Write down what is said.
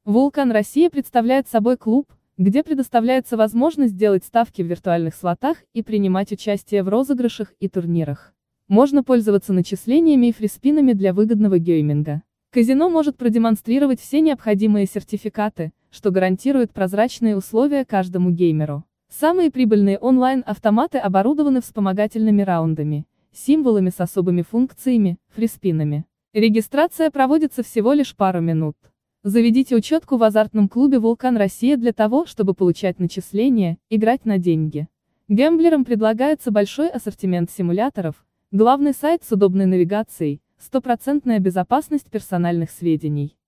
Вулкан Россия представляет собой клуб, где предоставляется возможность делать ставки в виртуальных слотах и принимать участие в розыгрышах и турнирах. Можно пользоваться начислениями и фриспинами для выгодного гейминга. Казино может продемонстрировать все необходимые сертификаты, что гарантирует прозрачные условия каждому геймеру. Самые прибыльные онлайн-автоматы оборудованы вспомогательными раундами, символами с особыми функциями, фриспинами. Регистрация проводится всего лишь пару минут. Заведите учетку в азартном клубе «Вулкан Россия» для того, чтобы получать начисления, играть на деньги. Гэмблерам предлагается большой ассортимент симуляторов, главный сайт с удобной навигацией, стопроцентная безопасность персональных сведений.